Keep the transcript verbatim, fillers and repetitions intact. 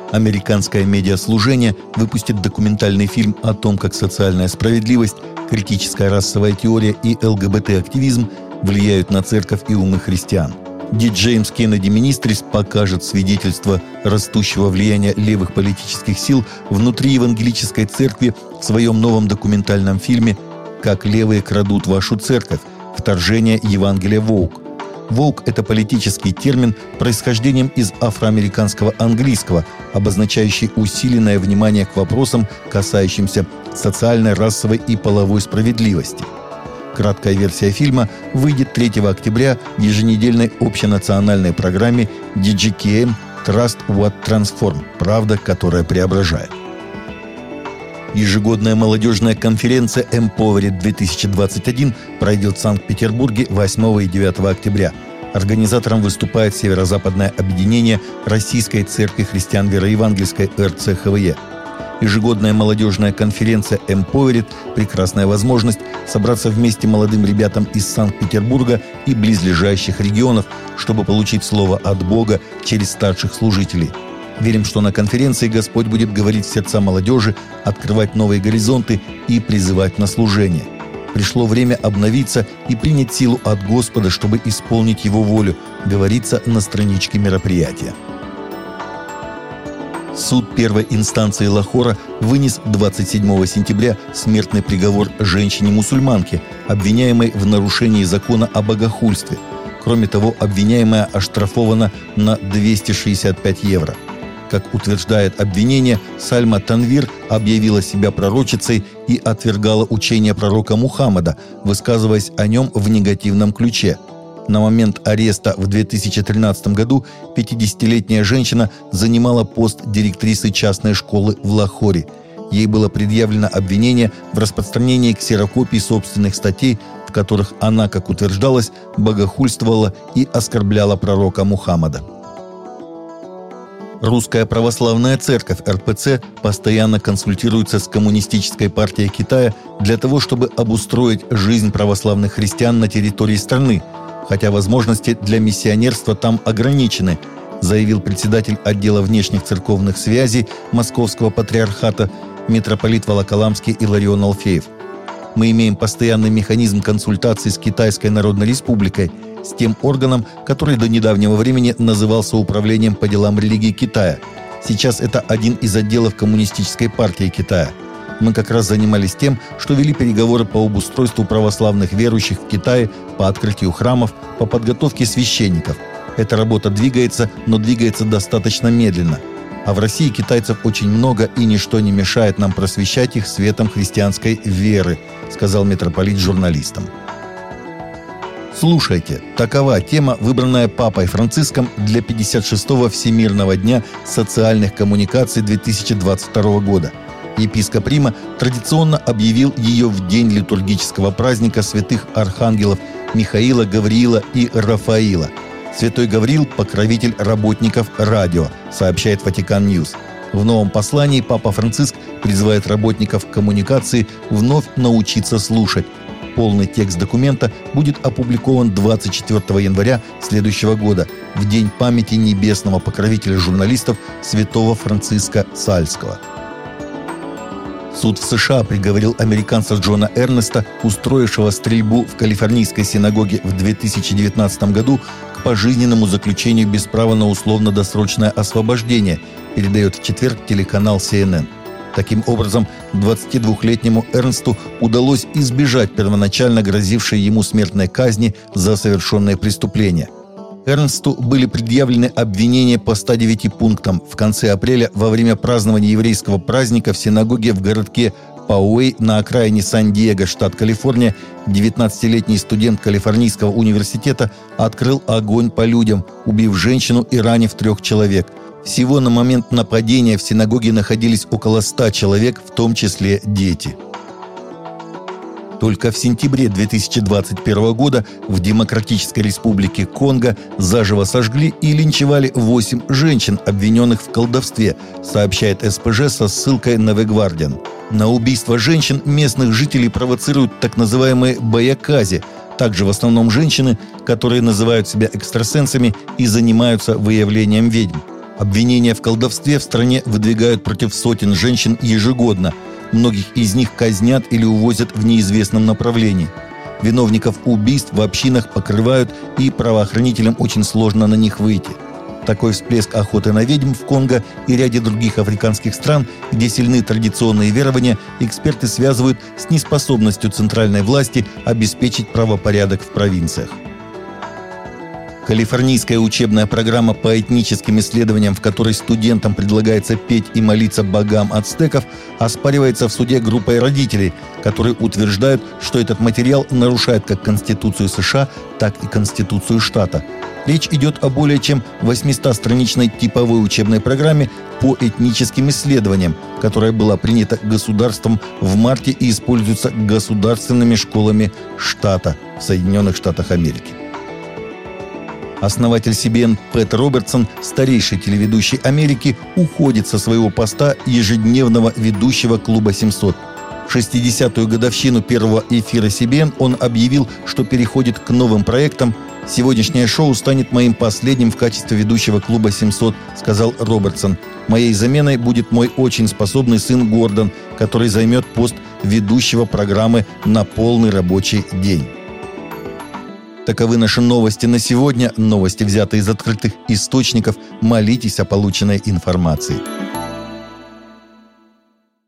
Американское медиаслужение выпустит документальный фильм о том, как социальная справедливость, критическая расовая теория и ЛГБТ-активизм влияют на церковь и умы христиан. Ди Джеймс Кеннеди Министрис покажет свидетельство растущего влияния левых политических сил внутри евангелической церкви в своем новом документальном фильме «Как левые крадут вашу церковь. Вторжение Евангелия Воук». «Воук» — это политический термин, происхождением из афроамериканского английского, обозначающий усиленное внимание к вопросам, касающимся социальной, расовой и половой справедливости. Краткая версия фильма выйдет третьего октября в еженедельной общенациональной программе ди джи кей эм Trust What Transform – «Правда, которая преображает». Ежегодная молодежная конференция Empowered две тысячи двадцать один пройдет в Санкт-Петербурге восьмого и девятого октября. Организатором выступает Северо-Западное объединение Российской Церкви Христиан Вероевангельской эр цэ ха вэ е. Ежегодная молодежная конференция Empowered – прекрасная возможность собраться вместе молодым ребятам из Санкт-Петербурга и близлежащих регионов, чтобы получить слово от Бога через старших служителей. Верим, что на конференции Господь будет говорить в сердца молодежи, открывать новые горизонты и призывать на служение. Пришло время обновиться и принять силу от Господа, чтобы исполнить Его волю, говорится на страничке мероприятия. Суд первой инстанции Лахора вынес двадцать седьмого сентября смертный приговор женщине-мусульманке, обвиняемой в нарушении закона о богохульстве. Кроме того, обвиняемая оштрафована на двести шестьдесят пять евро. Как утверждает обвинение, Сальма Танвир объявила себя пророчицей и отвергала учение пророка Мухаммада, высказываясь о нем в негативном ключе. На момент ареста в две тысячи тринадцатом году пятидесятилетняя женщина занимала пост директрисы частной школы в Лахоре. Ей было предъявлено обвинение в распространении ксерокопий собственных статей, в которых она, как утверждалось, богохульствовала и оскорбляла пророка Мухаммада. Русская православная церковь эр пэ цэ постоянно консультируется с Коммунистической партией Китая для того, чтобы обустроить жизнь православных христиан на территории страны, хотя возможности для миссионерства там ограничены, заявил председатель отдела внешних церковных связей Московского патриархата митрополит Волоколамский Иларион Алфеев. Мы имеем постоянный механизм консультаций с Китайской Народной Республикой, с тем органом, который до недавнего времени назывался Управлением по делам религии Китая. Сейчас это один из отделов Коммунистической партии Китая. Мы как раз занимались тем, что вели переговоры по обустройству православных верующих в Китае, по открытию храмов, по подготовке священников. Эта работа двигается, но двигается достаточно медленно. А в России китайцев очень много, и ничто не мешает нам просвещать их светом христианской веры, сказал митрополит журналистам. Слушайте, такова тема, выбранная Папой Франциском для пятьдесят шестого Всемирного дня социальных коммуникаций две тысячи двадцать второго года. Епископ Рима традиционно объявил ее в день литургического праздника святых архангелов Михаила, Гавриила и Рафаила. Святой Гавриил – покровитель работников радио, сообщает Ватикан Ньюс. В новом послании Папа Франциск призывает работников коммуникации вновь научиться слушать. Полный текст документа будет опубликован двадцать четвёртого января следующего года, в день памяти небесного покровителя журналистов святого Франциска Сальского. Суд в США приговорил американца Джона Эрнеста, устроившего стрельбу в калифорнийской синагоге в две тысячи девятнадцатом году, к пожизненному заключению без права на условно-досрочное освобождение, передает в четверг телеканал си эн эн. Таким образом, двадцатидвухлетнему Эрнсту удалось избежать первоначально грозившей ему смертной казни за совершенное преступление. Эрнсту были предъявлены обвинения по ста девяти пунктам. В конце апреля, во время празднования еврейского праздника в синагоге в городке Пауэй на окраине Сан-Диего, штат Калифорния, девятнадцатилетний студент Калифорнийского университета открыл огонь по людям, убив женщину и ранив трех человек. Всего на момент нападения в синагоге находились около ста человек, в том числе дети. Только в сентябре две тысячи двадцать первого года в Демократической Республике Конго заживо сожгли и линчевали восемь женщин, обвиненных в колдовстве, сообщает эс пэ жэ со ссылкой на The Guardian. На убийство женщин местных жителей провоцируют так называемые баякази, также в основном женщины, которые называют себя экстрасенсами и занимаются выявлением ведьм. Обвинения в колдовстве в стране выдвигают против сотен женщин ежегодно. Многих из них казнят или увозят в неизвестном направлении. Виновников убийств в общинах покрывают, и правоохранителям очень сложно на них выйти. Такой всплеск охоты на ведьм в Конго и ряде других африканских стран, где сильны традиционные верования, эксперты связывают с неспособностью центральной власти обеспечить правопорядок в провинциях. Калифорнийская учебная программа по этническим исследованиям, в которой студентам предлагается петь и молиться богам ацтеков, оспаривается в суде группой родителей, которые утверждают, что этот материал нарушает как Конституцию США, так и Конституцию штата. Речь идет о более чем восьмистостраничной типовой учебной программе по этническим исследованиям, которая была принята государством в марте и используется государственными школами штата в Соединенных Штатах Америки. Основатель си би эн Пэт Робертсон, старейший телеведущий Америки, уходит со своего поста ежедневного ведущего «Клуба семьсот». В шестидесятую годовщину первого эфира си би эн он объявил, что переходит к новым проектам. «Сегодняшнее шоу станет моим последним в качестве ведущего «Клуба семьсот», — сказал Робертсон. «Моей заменой будет мой очень способный сын Гордон, который займет пост ведущего программы на полный рабочий день». Таковы наши новости на сегодня. Новости взяты из открытых источников. Молитесь о полученной информации.